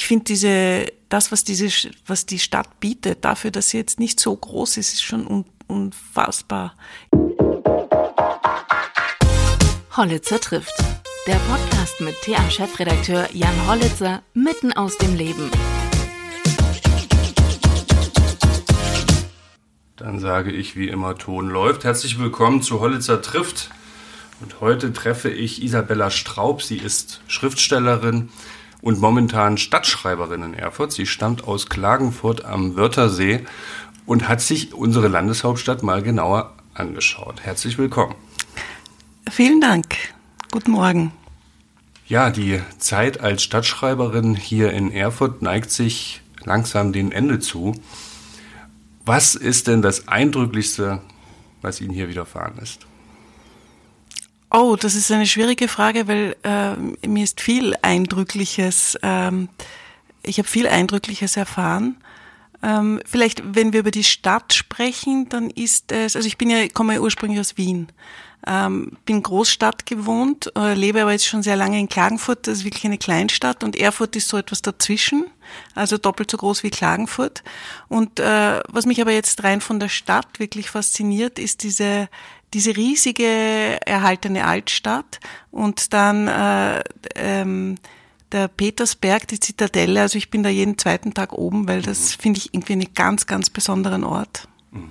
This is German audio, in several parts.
finde was die Stadt bietet, dafür, dass sie jetzt nicht so groß ist, ist schon unfassbar. Hollitzer trifft. Der Podcast mit TA-Chefredakteur Jan Hollitzer mitten aus dem Leben. Dann sage ich wie immer, Ton läuft. Herzlich willkommen zu Hollitzer trifft. Und heute treffe ich Isabella Straub. Sie ist Schriftstellerin und momentan Stadtschreiberin in Erfurt. Sie stammt aus Klagenfurt am Wörthersee und hat sich unsere Landeshauptstadt mal genauer angeschaut. Herzlich willkommen. Vielen Dank. Guten Morgen. Ja, die Zeit als Stadtschreiberin hier in Erfurt neigt sich langsam dem Ende zu. Was ist denn das Eindrücklichste, was Ihnen hier widerfahren ist? Oh, das ist eine schwierige Frage, weil mir ist viel Eindrückliches, ich habe viel Eindrückliches erfahren. Vielleicht, wenn wir über die Stadt sprechen, dann ist es, also komme ja ursprünglich aus Wien, bin Großstadt gewohnt, lebe aber jetzt schon sehr lange in Klagenfurt, das ist wirklich eine Kleinstadt und Erfurt ist so etwas dazwischen, also doppelt so groß wie Klagenfurt. Und was mich aber jetzt rein von der Stadt wirklich fasziniert, ist diese riesige erhaltene Altstadt und dann der Petersberg, die Zitadelle, also ich bin da jeden zweiten Tag oben, weil das finde ich irgendwie einen ganz, ganz besonderen Ort.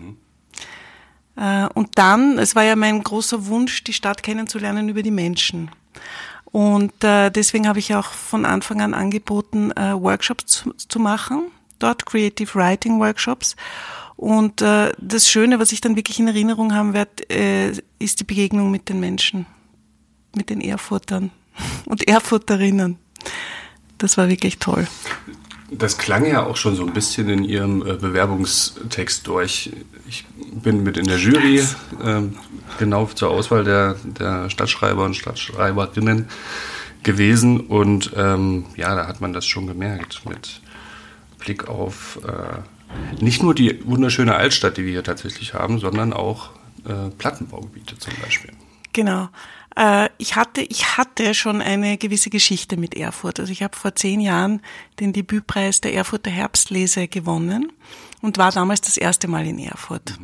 Und dann, es war ja mein großer Wunsch, die Stadt kennenzulernen über die Menschen. Und deswegen habe ich auch von Anfang an angeboten, Workshops zu machen, dort Creative Writing Workshops. Und das Schöne, was ich dann wirklich in Erinnerung haben werde, ist die Begegnung mit den Menschen, mit den Erfurtern und Erfurterinnen. Das war wirklich toll. Das klang ja auch schon so ein bisschen in Ihrem Bewerbungstext durch. Ich bin mit in der Jury genau zur Auswahl der Stadtschreiber und Stadtschreiberinnen gewesen und da hat man das schon gemerkt mit Blick auf nicht nur die wunderschöne Altstadt, die wir hier tatsächlich haben, sondern auch Plattenbaugebiete zum Beispiel. Genau. Ich hatte schon eine gewisse Geschichte mit Erfurt. Also ich habe vor 10 Jahren den Debütpreis der Erfurter Herbstlese gewonnen und war damals das erste Mal in Erfurt.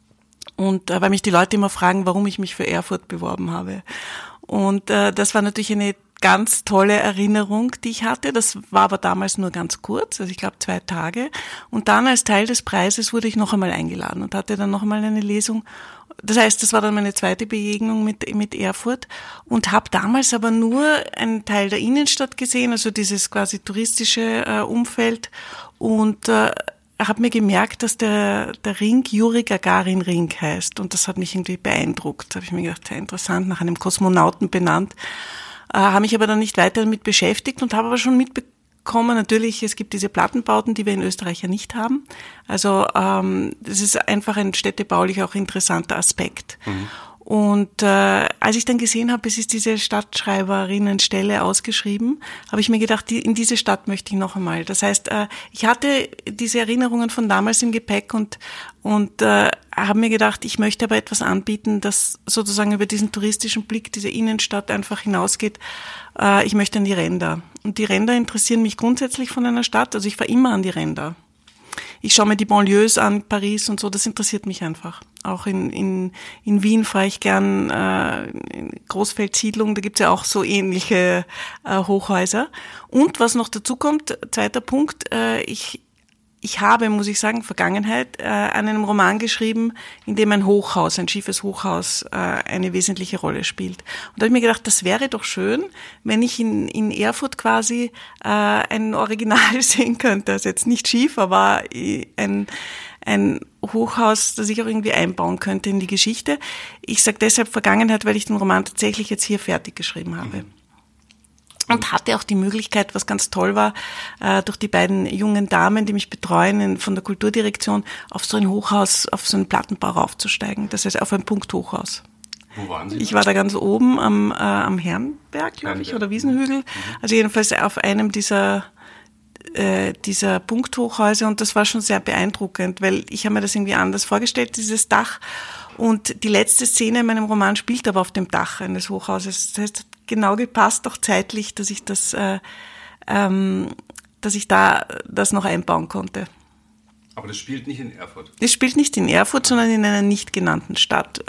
Und weil mich die Leute immer fragen, warum ich mich für Erfurt beworben habe. Und das war natürlich eine ganz tolle Erinnerung, die ich hatte. Das war aber damals nur ganz kurz, also ich glaube 2 Tage. Und dann als Teil des Preises wurde ich noch einmal eingeladen und hatte dann noch einmal eine Lesung. Das heißt, das war dann meine zweite Begegnung mit Erfurt und habe damals aber nur einen Teil der Innenstadt gesehen, also dieses quasi touristische Umfeld und habe mir gemerkt, dass der Ring Juri Gagarin Ring heißt und das hat mich irgendwie beeindruckt. Da habe ich mir gedacht, sehr interessant, nach einem Kosmonauten benannt. Habe mich aber dann nicht weiter damit beschäftigt und habe aber schon mitbekommen, natürlich, es gibt diese Plattenbauten, die wir in Österreich ja nicht haben. Also das ist einfach ein städtebaulich auch interessanter Aspekt. Und als ich dann gesehen habe, es ist diese Stadtschreiberinnenstelle ausgeschrieben, habe ich mir gedacht, in diese Stadt möchte ich noch einmal. Das heißt, ich hatte diese Erinnerungen von damals im Gepäck und habe mir gedacht, ich möchte aber etwas anbieten, das sozusagen über diesen touristischen Blick, diese Innenstadt einfach hinausgeht. Ich möchte an die Ränder. Und die Ränder interessieren mich grundsätzlich von einer Stadt. Also ich fahre immer an die Ränder. Ich schaue mir die Banlieues an, Paris und so, das interessiert mich einfach. Auch in Wien fahre ich gern in Großfeldsiedlung, da gibt's ja auch so ähnliche Hochhäuser. Und was noch dazu kommt, zweiter Punkt, ich habe, muss ich sagen, Vergangenheit, an einem Roman geschrieben, in dem ein Hochhaus, ein schiefes Hochhaus, eine wesentliche Rolle spielt. Und da habe ich mir gedacht, das wäre doch schön, wenn ich in Erfurt quasi ein Original sehen könnte. Also jetzt nicht schief, aber ein Hochhaus, das ich auch irgendwie einbauen könnte in die Geschichte. Ich sage deshalb Vergangenheit, weil ich den Roman tatsächlich jetzt hier fertig geschrieben habe. Und hatte auch die Möglichkeit, was ganz toll war, durch die beiden jungen Damen, die mich betreuen von der Kulturdirektion, auf so ein Hochhaus, auf so einen Plattenbau raufzusteigen. Das heißt, auf ein Punkthochhaus. Wo waren Sie? Ich war da ganz oben am Herrenberg, glaube ich, oder Wiesenhügel. Also jedenfalls auf einem dieser Punkthochhäuser und das war schon sehr beeindruckend, weil ich habe mir das irgendwie anders vorgestellt, dieses Dach. Und die letzte Szene in meinem Roman spielt aber auf dem Dach eines Hochhauses. Das heißt, genau gepasst, auch zeitlich, dass ich das dass ich da das noch einbauen konnte. Aber das spielt nicht in Erfurt? Das spielt nicht in Erfurt, sondern in einer nicht genannten Stadt.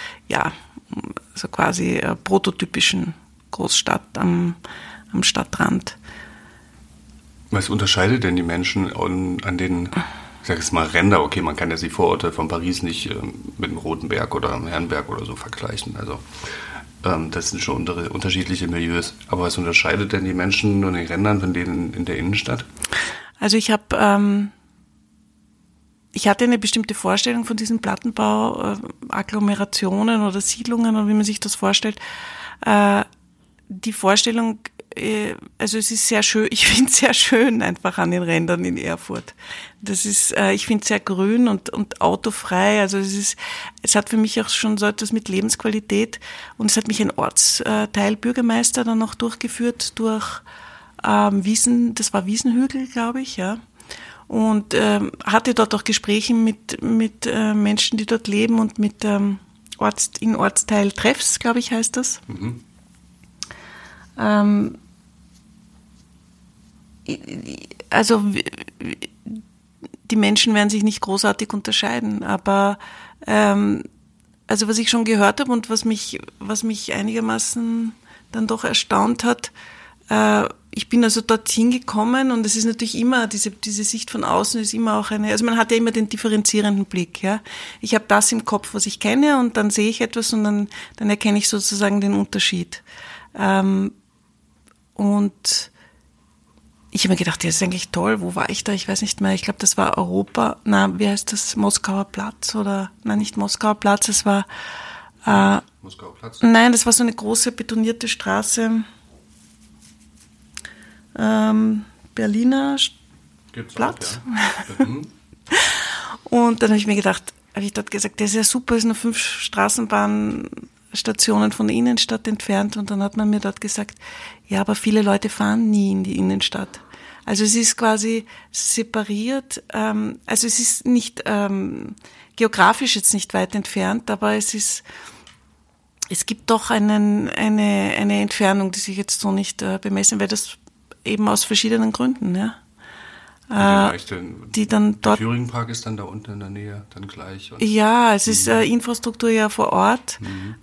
So quasi prototypischen Großstadt am Stadtrand. Was unterscheidet denn die Menschen an den, ich sag jetzt mal, Ränder? Okay, man kann ja die Vororte von Paris nicht mit dem Roten Berg oder dem Herrenberg oder so vergleichen. Also das sind schon unterschiedliche Milieus. Aber was unterscheidet denn die Menschen an den Rändern von denen in der Innenstadt? Also ich hatte eine bestimmte Vorstellung von diesem Plattenbau, Agglomerationen oder Siedlungen oder wie man sich das vorstellt. Die Vorstellung, also es ist sehr schön, ich finde es sehr schön einfach an den Rändern in Erfurt. Das ist, ich finde es sehr grün und autofrei, also es hat für mich auch schon so etwas mit Lebensqualität und es hat mich ein Ortsteilbürgermeister dann noch durchgeführt durch Wiesen, das war Wiesenhügel, glaube ich, ja. Und hatte dort auch Gespräche mit Menschen, die dort leben und mit in Ortsteil Treffs, glaube ich, heißt das. Mhm. Also die Menschen werden sich nicht großartig unterscheiden, aber also was ich schon gehört habe und was mich einigermaßen dann doch erstaunt hat, ich bin also dorthin gekommen und es ist natürlich immer, diese Sicht von außen ist immer auch also man hat ja immer den differenzierenden Blick, ja. Ich habe das im Kopf, was ich kenne und dann sehe ich etwas und dann erkenne ich sozusagen den Unterschied. Und ich habe mir gedacht, das ist eigentlich toll, wo war ich da? Ich weiß nicht mehr, ich glaube, das war wie heißt das, Moskauer Platz nicht Moskauer Platz, es war Moskauer Platz? Nein, das war so eine große betonierte Straße, Berliner Platz. Auch, ja. Und dann habe ich dort gesagt, das ist ja super, es sind nur 5 Straßenbahnstationen von der Innenstadt entfernt und dann hat man mir dort gesagt, ja, aber viele Leute fahren nie in die Innenstadt. Also es ist quasi separiert, also es ist nicht geografisch jetzt nicht weit entfernt, aber es gibt doch eine Entfernung, die sich jetzt so nicht bemessen, weil das eben aus verschiedenen Gründen, ja. Die dann dort. Der Thüringenpark ist dann da unten in der Nähe, dann gleich. Oder? Ja, es ist Infrastruktur ja vor Ort.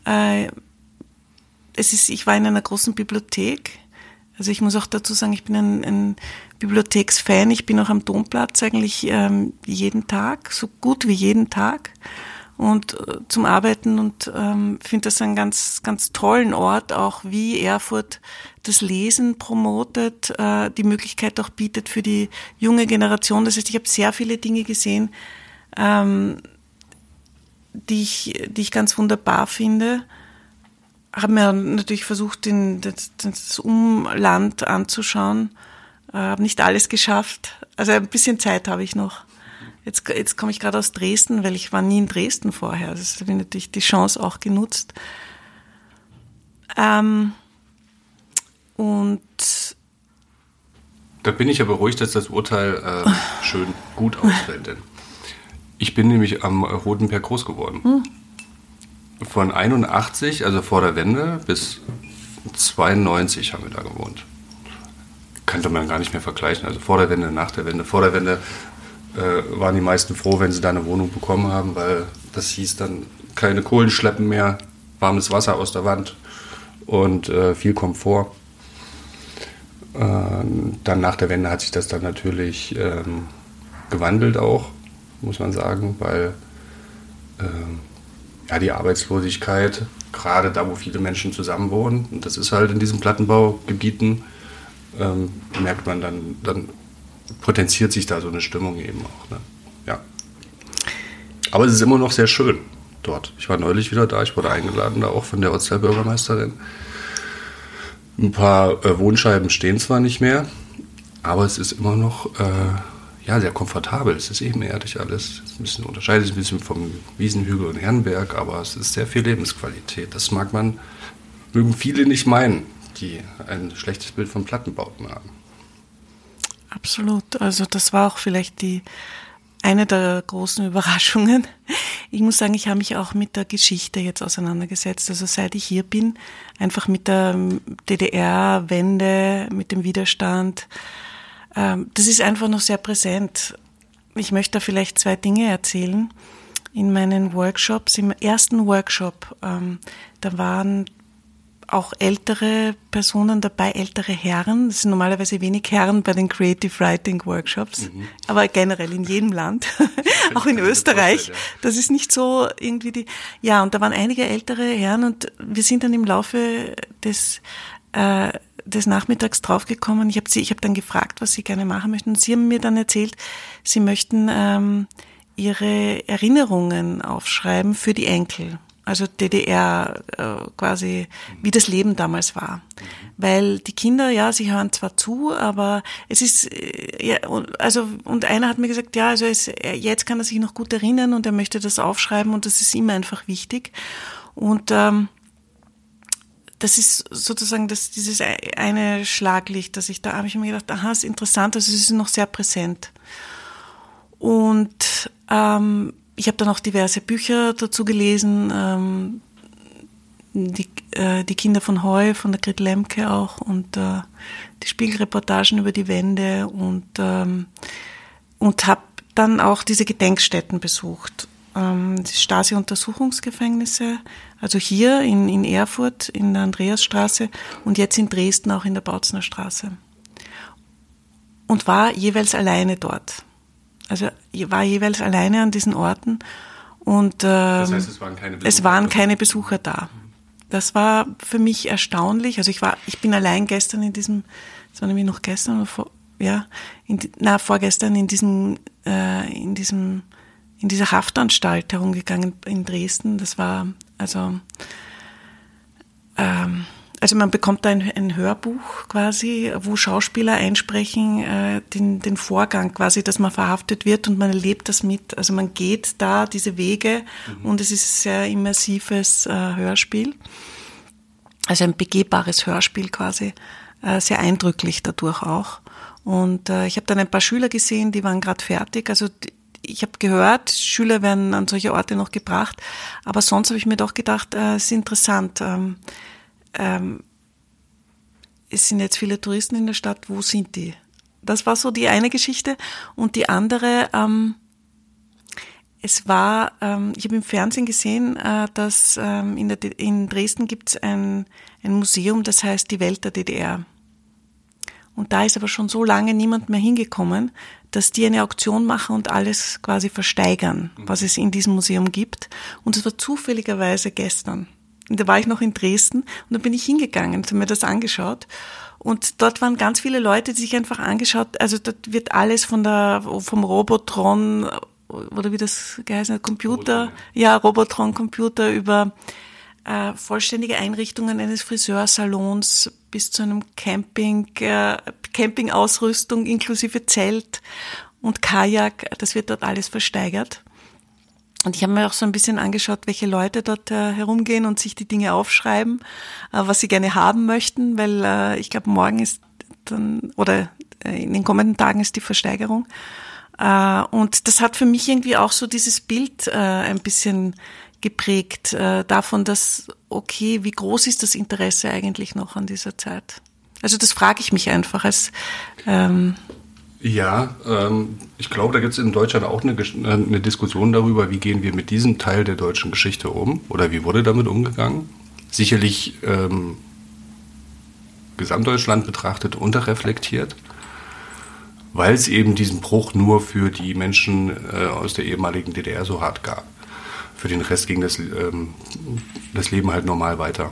Ich war in einer großen Bibliothek. Also ich muss auch dazu sagen, ich bin ein Bibliotheksfan. Ich bin auch am Domplatz eigentlich jeden Tag, so gut wie jeden Tag. Und zum Arbeiten und finde das einen ganz, ganz tollen Ort, auch wie Erfurt das Lesen promotet, die Möglichkeit auch bietet für die junge Generation. Das heißt, ich habe sehr viele Dinge gesehen, die ich ganz wunderbar finde. Habe mir natürlich versucht, das Umland anzuschauen, habe nicht alles geschafft. Also ein bisschen Zeit habe ich noch. Jetzt komme ich gerade aus Dresden, weil ich war nie in Dresden vorher. Also da habe ich natürlich die Chance auch genutzt. Und da bin ich ja beruhigt, dass das Urteil schön gut ausfällt. Denn ich bin nämlich am Roten Berg groß geworden. Von 81, also vor der Wende, bis 92 haben wir da gewohnt. Kannte man gar nicht mehr vergleichen. Also vor der Wende, nach der Wende. Vor der Wende waren die meisten froh, wenn sie da eine Wohnung bekommen haben, weil das hieß dann keine Kohlenschleppen mehr, warmes Wasser aus der Wand und viel Komfort. Dann nach der Wende hat sich das dann natürlich gewandelt auch, muss man sagen, weil die Arbeitslosigkeit, gerade da, wo viele Menschen zusammen wohnen, und das ist halt in diesen Plattenbaugebieten, merkt man dann potenziert sich da so eine Stimmung eben auch. Ne? Ja. Aber es ist immer noch sehr schön dort. Ich war neulich wieder da, ich wurde eingeladen, da auch von der Ortsteilbürgermeisterin. Ein paar Wohnscheiben stehen zwar nicht mehr, aber es ist immer noch sehr komfortabel. Es ist ebenerdig alles. Es unterscheidet sich ein bisschen vom Wiesenhügel und Herrenberg, aber es ist sehr viel Lebensqualität. Das mögen viele nicht meinen, die ein schlechtes Bild von Plattenbauten haben. Absolut. Also das war auch vielleicht eine der großen Überraschungen. Ich muss sagen, ich habe mich auch mit der Geschichte jetzt auseinandergesetzt. Also seit ich hier bin, einfach mit der DDR-Wende, mit dem Widerstand. das ist einfach noch sehr präsent. Ich möchte da vielleicht 2 Dinge erzählen. In meinen Workshops, im ersten Workshop, da waren auch ältere Personen dabei, ältere Herren. Das sind normalerweise wenig Herren bei den Creative Writing Workshops, aber generell in jedem Land, auch in Österreich. Das ist nicht so irgendwie und da waren einige ältere Herren und wir sind dann im Laufe des Nachmittags draufgekommen. Ich hab dann gefragt, was sie gerne machen möchten. Und sie haben mir dann erzählt, sie möchten ihre Erinnerungen aufschreiben für die Enkel. Also DDR quasi, wie das Leben damals war. Weil die Kinder, sie hören zwar zu, aber es ist, und einer hat mir gesagt, jetzt kann er sich noch gut erinnern und er möchte das aufschreiben und das ist ihm einfach wichtig. Und das ist sozusagen dieses eine Schlaglicht, das da habe ich mir gedacht, aha, ist interessant, also es ist noch sehr präsent. Und ich habe dann auch diverse Bücher dazu gelesen, die Kinder von Heu, von der Grit Lemke auch und die Spiegelreportagen über die Wende und habe dann auch diese Gedenkstätten besucht. Die Stasi-Untersuchungsgefängnisse, also hier in Erfurt in der Andreasstraße und jetzt in Dresden auch in der Bautzner Straße. Und war jeweils alleine dort. Also war jeweils alleine an diesen Orten und das heißt, es waren keine Besucher da. Das war für mich erstaunlich. Also ich bin allein gestern das war nämlich noch gestern oder vorgestern in dieser Haftanstalt herumgegangen in Dresden. Das war also man bekommt da ein Hörbuch quasi, wo Schauspieler einsprechen, den Vorgang quasi, dass man verhaftet wird und man erlebt das mit. Also man geht da diese Wege und es ist ein sehr immersives Hörspiel. Also ein begehbares Hörspiel quasi, sehr eindrücklich dadurch auch. Und ich habe dann ein paar Schüler gesehen, die waren gerade fertig. Also ich habe gehört, Schüler werden an solche Orte noch gebracht, aber sonst habe ich mir doch gedacht, es ist interessant. Es sind jetzt viele Touristen in der Stadt, wo sind die? Das war so die eine Geschichte. Und die andere, ich habe im Fernsehen gesehen, dass in Dresden gibt es ein Museum, das heißt die Welt der DDR. Und da ist aber schon so lange niemand mehr hingekommen, dass die eine Auktion machen und alles quasi versteigern, was es in diesem Museum gibt. Und es war zufälligerweise gestern. Und da war ich noch in Dresden und da bin ich hingegangen und habe mir das angeschaut. Und dort waren ganz viele Leute, die sich einfach angeschaut, also dort wird alles vom Robotron, oder wie das geheißen hat, Computer, Robotron-Computer über vollständige Einrichtungen eines Friseursalons bis zu einem Campingausrüstung inklusive Zelt und Kajak, das wird dort alles versteigert. Und ich habe mir auch so ein bisschen angeschaut, welche Leute dort herumgehen und sich die Dinge aufschreiben, was sie gerne haben möchten, weil ich glaube, morgen ist dann, oder in den kommenden Tagen ist die Versteigerung. Und das hat für mich irgendwie auch so dieses Bild ein bisschen geprägt davon, dass, okay, wie groß ist das Interesse eigentlich noch an dieser Zeit? Also das frage ich mich einfach als ich glaube, da gibt es in Deutschland auch eine Diskussion darüber, wie gehen wir mit diesem Teil der deutschen Geschichte um oder wie wurde damit umgegangen. Sicherlich Gesamtdeutschland betrachtet unterreflektiert, weil es eben diesen Bruch nur für die Menschen aus der ehemaligen DDR so hart gab. Für den Rest ging das Leben halt normal weiter.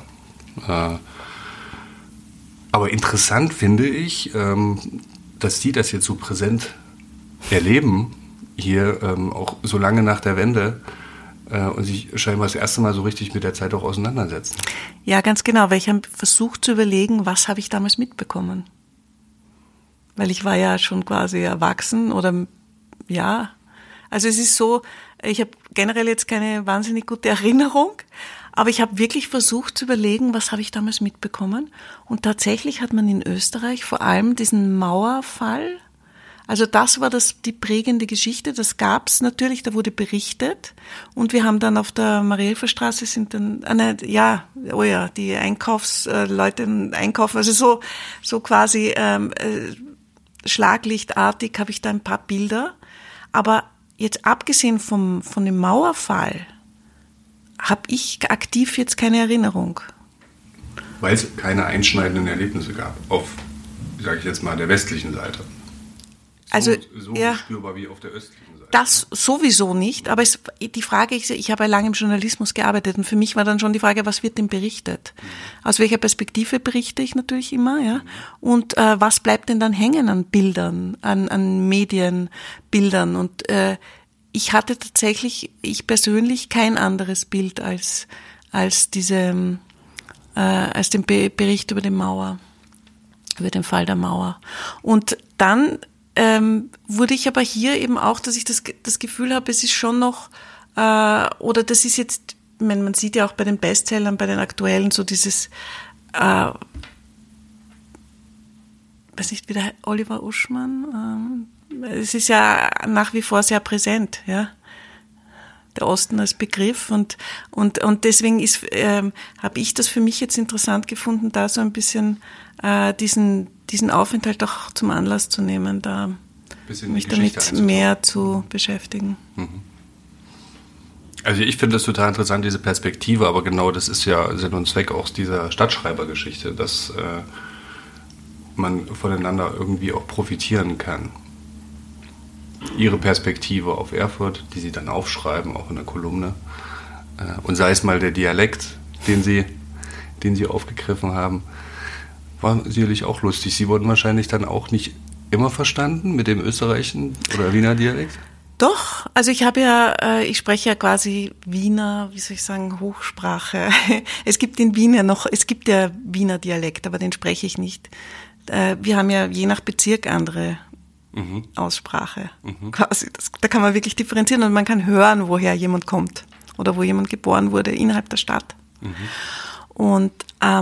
Aber interessant finde ich, dass die das jetzt so präsent erleben, hier auch so lange nach der Wende und sich scheinbar das erste Mal so richtig mit der Zeit auch auseinandersetzen. Ja, ganz genau, weil ich habe versucht zu überlegen, was habe ich damals mitbekommen. Weil ich war ja schon quasi erwachsen oder also es ist so, ich habe generell jetzt keine wahnsinnig gute Erinnerung, aber ich habe wirklich versucht zu überlegen, was habe ich damals mitbekommen. Und tatsächlich hat man in Österreich vor allem diesen Mauerfall, also das war die prägende Geschichte, das gab's natürlich, da wurde berichtet. Und wir haben dann auf der Marie-Hilfer-Straße die Einkaufsleute einkaufen, also so quasi schlaglichtartig habe ich da ein paar Bilder. Aber jetzt abgesehen von dem Mauerfall habe ich aktiv jetzt keine Erinnerung. Weil es keine einschneidenden Erlebnisse gab auf, sage ich jetzt mal, der westlichen Seite. So spürbar wie auf der östlichen Seite. Das sowieso nicht, aber die Frage ist, ich habe ja lange im Journalismus gearbeitet und für mich war dann schon die Frage, was wird denn berichtet? Aus welcher Perspektive berichte ich natürlich immer, ja? Und was bleibt denn dann hängen an Bildern, an Medienbildern? Und ich hatte tatsächlich, ich persönlich, kein anderes Bild als den Bericht über die Mauer, über den Fall der Mauer. Und dann wurde ich aber hier eben auch, dass ich das Gefühl habe, es ist schon noch, oder das ist jetzt, man sieht ja auch bei den Bestsellern, bei den aktuellen, so dieses, weiß nicht, wie der Oliver Uschmann, es ist ja nach wie vor sehr präsent, ja. Der Osten als Begriff und deswegen habe ich das für mich jetzt interessant gefunden, da so ein bisschen diesen Aufenthalt auch zum Anlass zu nehmen, da mich damit mehr zu beschäftigen. Mhm. Also ich finde das total interessant, diese Perspektive, aber genau das ist ja Sinn und Zweck auch dieser Stadtschreibergeschichte, dass man voneinander irgendwie auch profitieren kann. Ihre Perspektive auf Erfurt, die Sie dann aufschreiben, auch in der Kolumne. Und sei es mal der Dialekt, den Sie aufgegriffen haben, war sicherlich auch lustig. Sie wurden wahrscheinlich dann auch nicht immer verstanden mit dem österreichischen oder Wiener Dialekt? Doch, also ich spreche ja quasi Wiener, wie soll ich sagen, Hochsprache. Es gibt ja Wiener Dialekt, aber den spreche ich nicht. Wir haben ja je nach Bezirk andere Aussprache. Quasi. Da kann man wirklich differenzieren und man kann hören, woher jemand kommt oder wo jemand geboren wurde innerhalb der Stadt. Und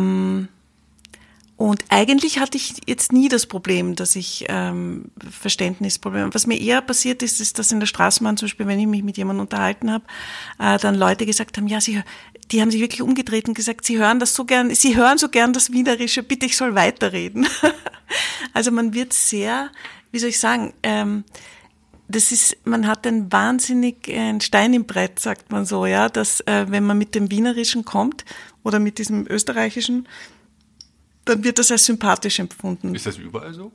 eigentlich hatte ich jetzt nie das Problem, dass ich Verständnisprobleme. Was mir eher passiert ist, dass in der Straßenbahn zum Beispiel, wenn ich mich mit jemandem unterhalten habe, dann Leute gesagt haben, ja, die haben sich wirklich umgedreht und gesagt, sie hören so gern das Wienerische, bitte, ich soll weiterreden. Also man wird sehr, wie soll ich sagen, man hat einen Stein im Brett, sagt man so, ja, dass wenn man mit dem Wienerischen kommt oder mit diesem Österreichischen, dann wird das als sympathisch empfunden. Ist das überall so?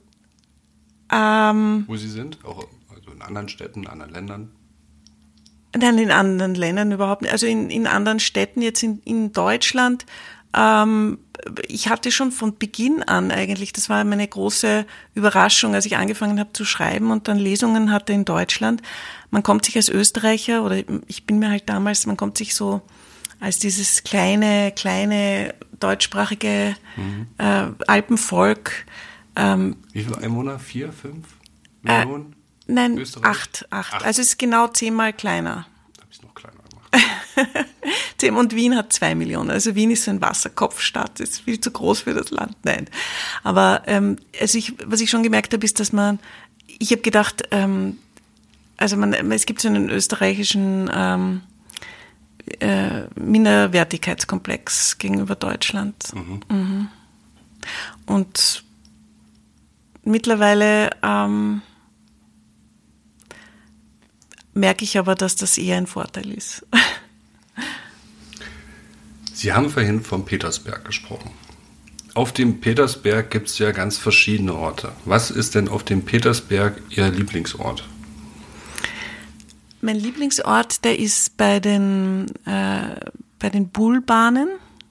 Wo Sie sind? Auch also in anderen Städten, anderen Ländern? Nein, in anderen Ländern überhaupt nicht. Also in anderen Städten, jetzt in Deutschland, ich hatte schon von Beginn an eigentlich, das war meine große Überraschung, als ich angefangen habe zu schreiben und dann Lesungen hatte in Deutschland. Man kommt sich als Österreicher, oder ich bin mir halt damals, man kommt sich so als dieses kleine deutschsprachige Alpenvolk. Wie viele Einwohner? 4, 5 Millionen? Nein, 8. Also es ist genau 10-mal kleiner. Habe ich es noch kleiner gemacht. Und Wien hat 2 Millionen. Also Wien ist so ein Wasserkopfstadt, ist viel zu groß für das Land. Nein. Aber was ich schon gemerkt habe, ist, dass ich habe gedacht, es gibt so einen österreichischen Minderwertigkeitskomplex gegenüber Deutschland. Und mittlerweile merke ich aber, dass das eher ein Vorteil ist. Sie haben vorhin vom Petersberg gesprochen. Auf dem Petersberg gibt es ja ganz verschiedene Orte. Was ist denn auf dem Petersberg Ihr Lieblingsort? Mein Lieblingsort, der ist bei den Buhlbahnen,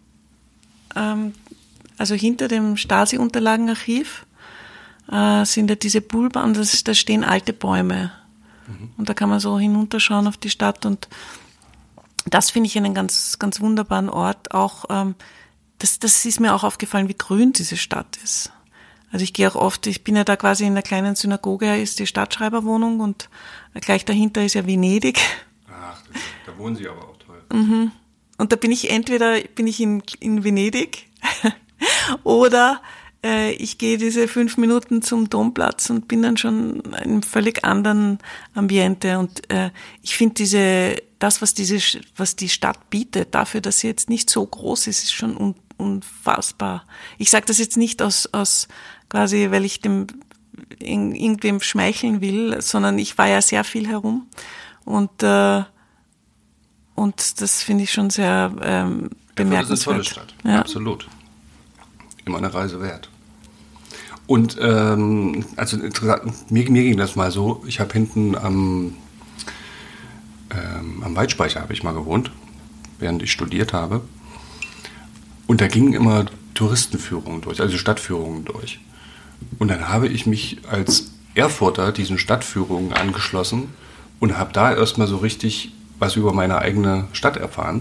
also hinter dem Stasi-Unterlagenarchiv sind ja diese Buhlbahnen, da stehen alte Bäume. Und da kann man so hinunterschauen auf die Stadt und das finde ich einen ganz, ganz wunderbaren Ort. Auch das ist mir auch aufgefallen, wie grün diese Stadt ist. Also ich gehe auch oft, ich bin ja da quasi in einer kleinen Synagoge, ist die Stadtschreiberwohnung und gleich dahinter ist ja Venedig. Ach, da wohnen Sie aber auch toll. Und da bin ich in Venedig oder ich gehe diese 5 Minuten zum Domplatz und bin dann schon in einem völlig anderen Ambiente. Und ich finde das, was die Stadt bietet, dafür, dass sie jetzt nicht so groß ist unfassbar. Ich sage das jetzt nicht aus quasi, weil ich dem irgendwem schmeicheln will, sondern ich war ja sehr viel herum und das finde ich schon sehr bemerkenswert. Erfurt ist eine tolle Stadt, ja. Absolut. Immer eine Reise wert. Und also mir ging das mal so, ich habe hinten am Waldspeicher habe ich mal gewohnt, während ich studiert habe. Und da gingen immer Touristenführungen durch, also Stadtführungen durch. Und dann habe ich mich als Erfurter diesen Stadtführungen angeschlossen und habe da erstmal so richtig was über meine eigene Stadt erfahren.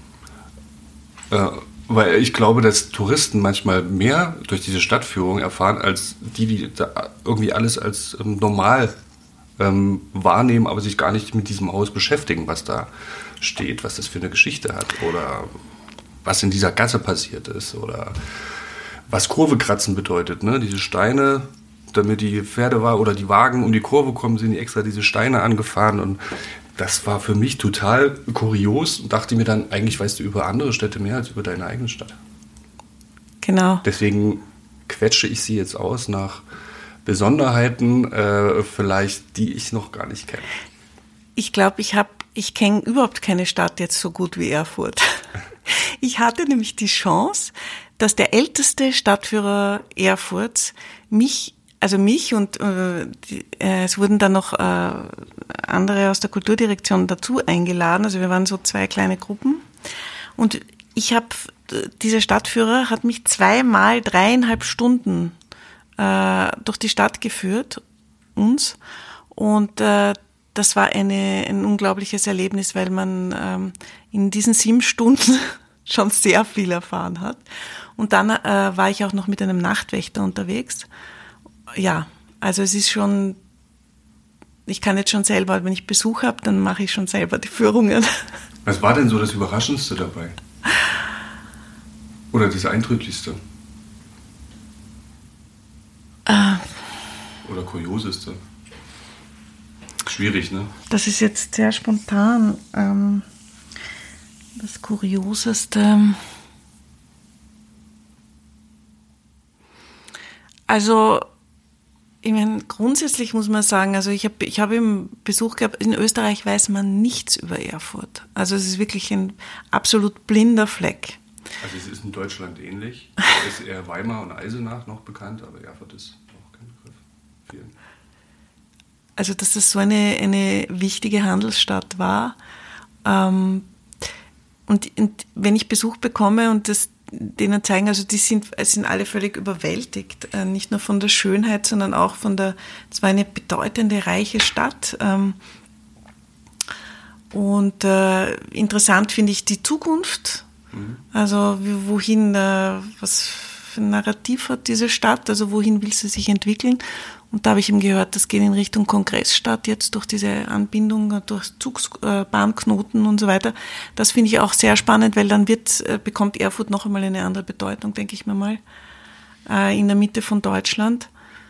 Weil ich glaube, dass Touristen manchmal mehr durch diese Stadtführung erfahren, als die da irgendwie alles als normal wahrnehmen, aber sich gar nicht mit diesem Haus beschäftigen, was da steht, was das für eine Geschichte hat oder was in dieser Gasse passiert ist oder was Kurvekratzen bedeutet. Ne? Diese Steine, damit die Pferde oder die Wagen um die Kurve kommen, sind die extra diese Steine angefahren und das war für mich total kurios und dachte mir dann, eigentlich weißt du über andere Städte mehr als über deine eigene Stadt. Genau. Deswegen quetsche ich sie jetzt aus nach Besonderheiten, vielleicht, die ich noch gar nicht kenne. Ich glaube, ich kenne überhaupt keine Stadt jetzt so gut wie Erfurt. Ich hatte nämlich die Chance, dass der älteste Stadtführer Erfurts mich und es wurden dann noch andere aus der Kulturdirektion dazu eingeladen. Also wir waren so 2 kleine Gruppen. Und dieser Stadtführer hat mich 2-mal 3,5 Stunden durch die Stadt geführt, uns. Und das war ein unglaubliches Erlebnis, weil man in diesen 7 Stunden schon sehr viel erfahren hat. Und dann war ich auch noch mit einem Nachtwächter unterwegs. Ja, also es ist schon, ich kann jetzt schon selber, wenn ich Besuch habe, dann mache ich schon selber die Führungen. Was war denn so das Überraschendste dabei? Oder das Eindrücklichste? Oder Kurioseste? Schwierig, ne? Das ist jetzt sehr spontan. Das Kurioseste. Also, ich meine, grundsätzlich muss man sagen, also ich habe im Besuch gehabt, in Österreich weiß man nichts über Erfurt. Also es ist wirklich ein absolut blinder Fleck. Also es ist in Deutschland ähnlich. Es ist eher Weimar und Eisenach noch bekannt, aber Erfurt ist auch kein Begriff. Vielen. Also dass das so eine wichtige Handelsstadt war. Und wenn ich Besuch bekomme und das denen zeigen, also die sind alle völlig überwältigt, nicht nur von der Schönheit, sondern auch es war eine bedeutende, reiche Stadt. Und interessant finde ich die Zukunft, also wohin, was für ein Narrativ hat diese Stadt, also wohin will sie sich entwickeln. Und da habe ich eben gehört, das geht in Richtung Kongressstadt jetzt durch diese Anbindung, durch Bahnknoten und so weiter. Das finde ich auch sehr spannend, weil dann bekommt Erfurt noch einmal eine andere Bedeutung, denke ich mir mal, in der Mitte von Deutschland.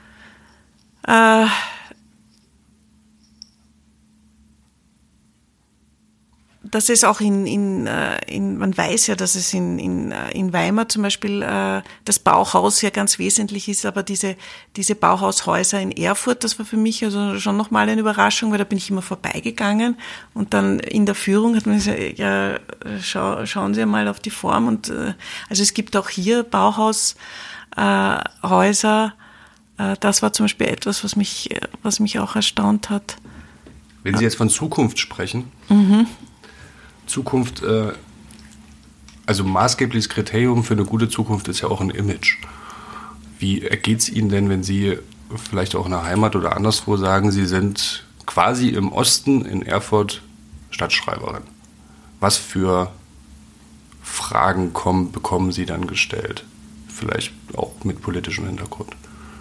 Das ist auch man weiß ja, dass es in Weimar zum Beispiel das Bauhaus ja ganz wesentlich ist, aber diese Bauhaushäuser in Erfurt, das war für mich also schon nochmal eine Überraschung, weil da bin ich immer vorbeigegangen und dann in der Führung hat man gesagt, ja, schauen Sie mal auf die Form und also es gibt auch hier Bauhaushäuser, das war zum Beispiel etwas, was mich auch erstaunt hat. Wenn Sie jetzt von Zukunft sprechen, Zukunft, also maßgebliches Kriterium für eine gute Zukunft ist ja auch ein Image. Wie ergeht es Ihnen denn, wenn Sie vielleicht auch in der Heimat oder anderswo sagen, Sie sind quasi im Osten in Erfurt Stadtschreiberin? Was für Fragen bekommen Sie dann gestellt? Vielleicht auch mit politischem Hintergrund.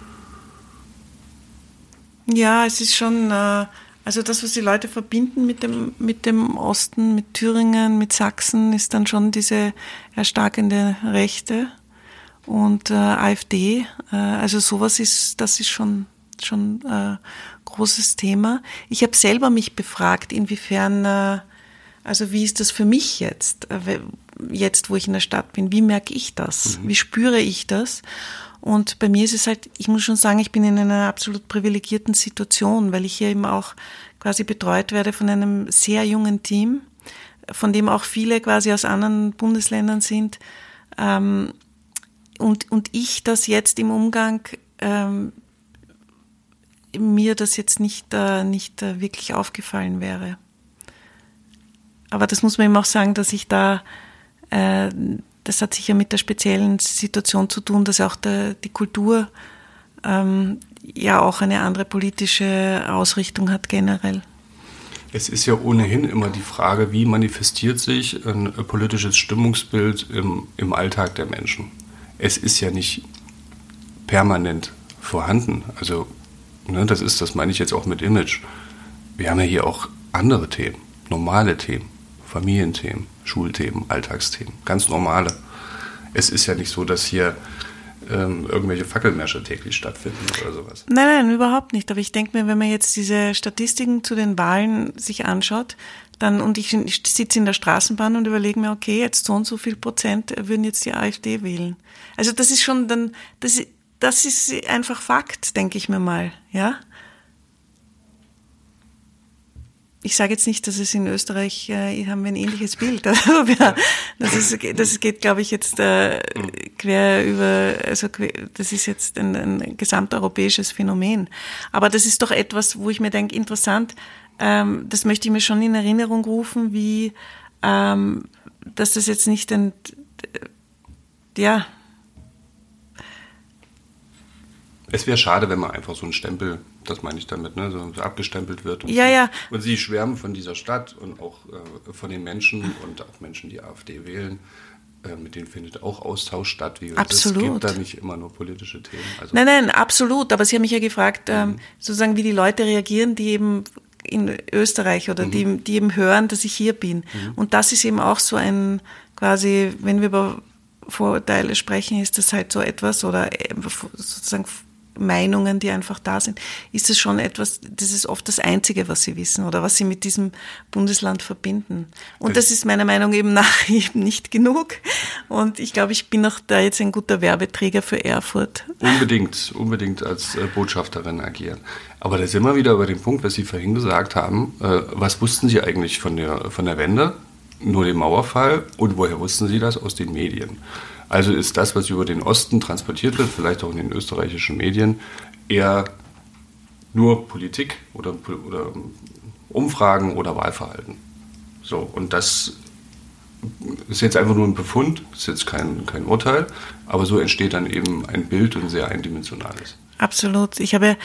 Ja, es ist schon... Also das, was die Leute verbinden mit dem Osten, mit Thüringen, mit Sachsen, ist dann schon diese erstarkende Rechte und AfD. Also sowas das ist schon großes Thema. Ich habe selber mich befragt, inwiefern, also wie ist das für mich jetzt, wo ich in der Stadt bin? Wie merke ich das? Wie spüre ich das? Und bei mir ist es halt, ich muss schon sagen, ich bin in einer absolut privilegierten Situation, weil ich hier eben auch quasi betreut werde von einem sehr jungen Team, von dem auch viele quasi aus anderen Bundesländern sind. Und ich das jetzt im Umgang, mir das jetzt nicht wirklich aufgefallen wäre. Aber das muss man eben auch sagen, dass ich da, das hat sicher mit der speziellen Situation zu tun, dass auch die Kultur ja auch eine andere politische Ausrichtung hat generell. Es ist ja ohnehin immer die Frage, wie manifestiert sich ein politisches Stimmungsbild im Alltag der Menschen. Es ist ja nicht permanent vorhanden. Also, ne, das meine ich jetzt auch mit Image. Wir haben ja hier auch andere Themen, normale Themen, Familienthemen, Schulthemen, Alltagsthemen, ganz normale. Es ist ja nicht so, dass hier irgendwelche Fackelmärsche täglich stattfinden oder sowas. Nein, überhaupt nicht. Aber ich denke mir, wenn man jetzt diese Statistiken zu den Wahlen sich anschaut, dann, und ich sitze in der Straßenbahn und überlege mir, okay, jetzt so und so viel Prozent würden jetzt die AfD wählen. Also das ist schon dann, das ist einfach Fakt, denke ich mir mal, ja. Ich sage jetzt nicht, dass es in Österreich, haben wir ein ähnliches Bild. Das geht, glaube ich, jetzt quer über, also das ist jetzt ein gesamteuropäisches Phänomen. Aber das ist doch etwas, wo ich mir denke, interessant, das möchte ich mir schon in Erinnerung rufen, wie, dass das jetzt nicht Es wäre schade, wenn man einfach so einen Stempel, das meine ich damit, ne, so abgestempelt wird. Und sie schwärmen von dieser Stadt und auch von den Menschen und auch Menschen, die AfD wählen. Mit denen findet auch Austausch statt. Wie gesagt, es gibt da nicht immer nur politische Themen. Also Nein, absolut. Aber Sie haben mich ja gefragt, sozusagen, wie die Leute reagieren, die eben in Österreich oder die eben hören, dass ich hier bin. Und das ist eben auch so ein, quasi, wenn wir über Vorurteile sprechen, ist das halt so etwas oder sozusagen Meinungen, die einfach da sind, ist es schon etwas, das ist oft das Einzige, was sie wissen oder was sie mit diesem Bundesland verbinden. Und das ist meiner Meinung nach eben nicht genug. Und ich glaube, ich bin auch da jetzt ein guter Werbeträger für Erfurt. Unbedingt als Botschafterin agieren. Aber da sind wir wieder bei dem Punkt, was Sie vorhin gesagt haben. Was wussten Sie eigentlich von der Wende? Nur den Mauerfall. Und woher wussten Sie das? Aus den Medien. Also ist das, was über den Osten transportiert wird, vielleicht auch in den österreichischen Medien, eher nur Politik oder Umfragen oder Wahlverhalten. So, und das ist jetzt einfach nur ein Befund, ist jetzt kein Urteil, aber so entsteht dann eben ein Bild, ein sehr eindimensionales. Absolut. Ich habe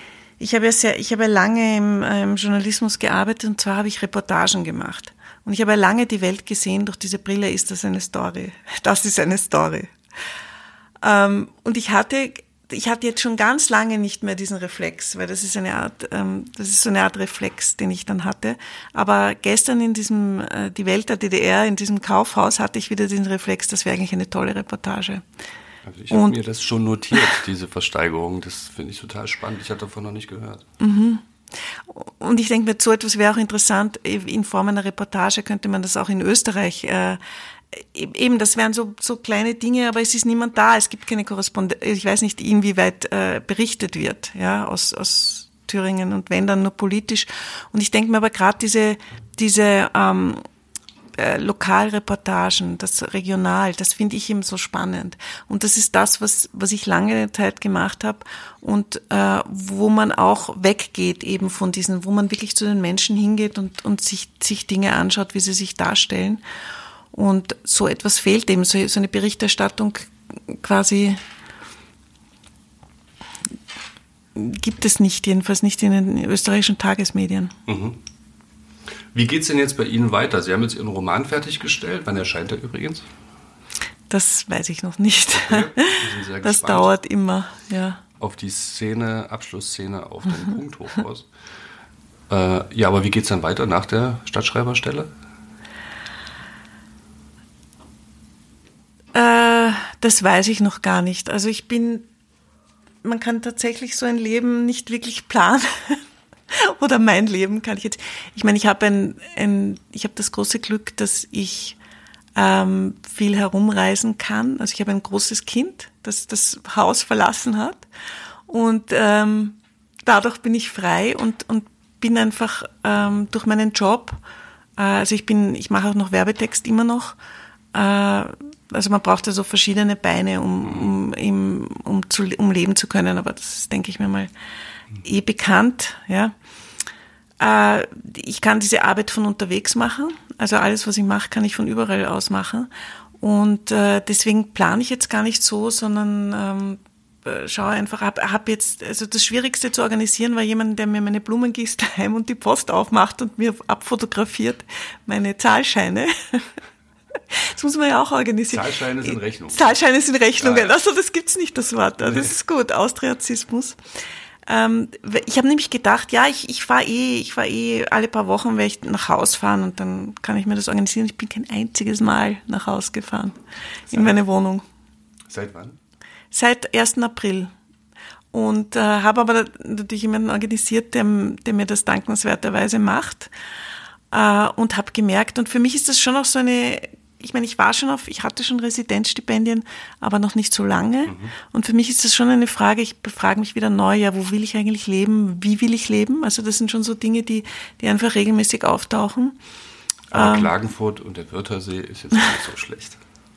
lange im Journalismus gearbeitet und zwar habe ich Reportagen gemacht. Und ich habe lange die Welt gesehen, durch diese Brille ist das eine Story. Das ist eine Story. Und ich hatte jetzt schon ganz lange nicht mehr diesen Reflex, weil das ist so eine Art Reflex, den ich dann hatte. Aber gestern in diesem, die Welt der DDR, in diesem Kaufhaus hatte ich wieder diesen Reflex, das wäre eigentlich eine tolle Reportage. Also ich habe mir das schon notiert, diese Versteigerung. Das finde ich total spannend. Ich hatte davon noch nicht gehört. Und ich denke mir, so etwas wäre auch interessant, in Form einer Reportage könnte man das auch in Österreich, eben, das wären so kleine Dinge, aber es ist niemand da, es gibt keine Korrespondenz, ich weiß nicht, inwieweit berichtet wird, ja, aus Thüringen und wenn dann nur politisch. Und ich denke mir aber gerade diese Lokalreportagen, das Regional, das finde ich eben so spannend. Und das ist das, was ich lange Zeit gemacht habe und wo man auch weggeht eben von diesen, wo man wirklich zu den Menschen hingeht und sich Dinge anschaut, wie sie sich darstellen. Und so etwas fehlt eben, so eine Berichterstattung quasi gibt es nicht, jedenfalls nicht in den österreichischen Tagesmedien. Mhm. Wie geht's denn jetzt bei Ihnen weiter? Sie haben jetzt Ihren Roman fertiggestellt. Wann erscheint er übrigens? Das weiß ich noch nicht. Okay. Sehr das gespannt. Dauert immer, ja. Auf die Abschlussszene auf dem Punkthochhaus. Ja, aber wie geht's dann weiter nach der Stadtschreiberstelle? Das weiß ich noch gar nicht. Also man kann tatsächlich so ein Leben nicht wirklich planen. Oder mein Leben kann ich jetzt. Ich meine, ich habe das große Glück, dass ich viel herumreisen kann. Also ich habe ein großes Kind, das das Haus verlassen hat und dadurch bin ich frei und bin einfach durch meinen Job, also ich mache auch noch Werbetext immer noch, also man braucht ja so verschiedene Beine, um leben zu können, aber das ist, denke ich mir mal, bekannt, ja. Ich kann diese Arbeit von unterwegs machen, also alles, was ich mache, kann ich von überall aus machen und deswegen plane ich jetzt gar nicht so, sondern schaue einfach ab. Habe jetzt, also das Schwierigste zu organisieren war jemand, der mir meine Blumen gießt daheim und die Post aufmacht und mir abfotografiert meine Zahlscheine. Das muss man ja auch organisieren. Zahlscheine sind Rechnungen. Zahlscheine sind Rechnungen. Ja. Also das gibt's nicht, das Wort. Das ist gut, Austriazismus. Ich habe nämlich gedacht, ja, ich fahre alle paar Wochen werde ich nach Haus fahren und dann kann ich mir das organisieren. Ich bin kein einziges Mal nach Haus gefahren in meine Wohnung. Seit wann? Seit 1. April. Und habe aber natürlich jemanden organisiert, der mir das dankenswerterweise macht. Und habe gemerkt, und für mich ist das schon auch so eine, ich meine, ich hatte schon Residenzstipendien, aber noch nicht so lange. Mhm. Und für mich ist das schon eine Frage, ich befrage mich wieder neu, ja, wo will ich eigentlich leben? Wie will ich leben? Also das sind schon so Dinge, die einfach regelmäßig auftauchen. Aber Klagenfurt und der Wörthersee ist jetzt nicht so schlecht.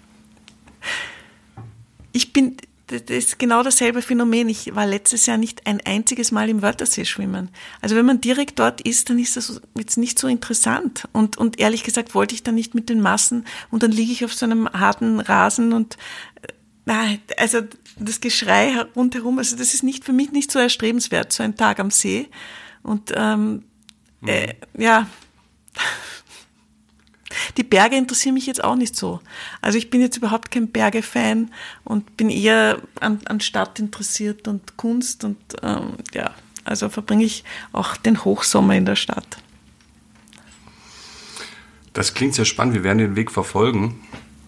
Das ist genau dasselbe Phänomen. Ich war letztes Jahr nicht ein einziges Mal im Wörthersee schwimmen. Also wenn man direkt dort ist, dann ist das jetzt nicht so interessant. Und ehrlich gesagt wollte ich dann nicht mit den Massen und dann liege ich auf so einem harten Rasen und also das Geschrei rundherum, also das ist für mich nicht so erstrebenswert, so ein Tag am See. Und ja, die Berge interessieren mich jetzt auch nicht so. Also ich bin jetzt überhaupt kein Berge-Fan und bin eher an Stadt interessiert und Kunst und ja, also verbringe ich auch den Hochsommer in der Stadt. Das klingt sehr spannend. Wir werden den Weg verfolgen.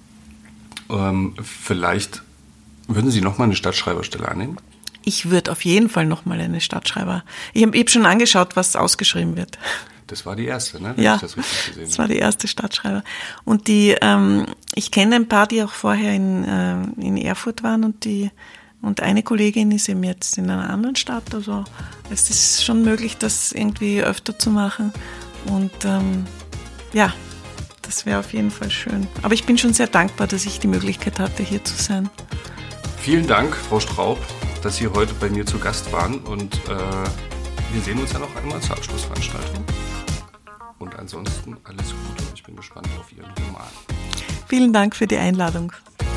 Vielleicht würden Sie nochmal eine Stadtschreiberstelle annehmen? Ich würde auf jeden Fall nochmal eine Stadtschreiber. Ich habe schon angeschaut, was ausgeschrieben wird. Das war die erste, ne? Ja, ich das richtig gesehen das war die erste Stadtschreiber. Und ich kenne ein paar, die auch vorher in Erfurt waren und eine Kollegin ist eben jetzt in einer anderen Stadt. Also es ist schon möglich, das irgendwie öfter zu machen. Und ja, das wäre auf jeden Fall schön. Aber ich bin schon sehr dankbar, dass ich die Möglichkeit hatte, hier zu sein. Vielen Dank, Frau Straub, dass Sie heute bei mir zu Gast waren. Und wir sehen uns ja noch einmal zur Abschlussveranstaltung. Und ansonsten alles Gute und ich bin gespannt auf Ihren Roman. Vielen Dank für die Einladung.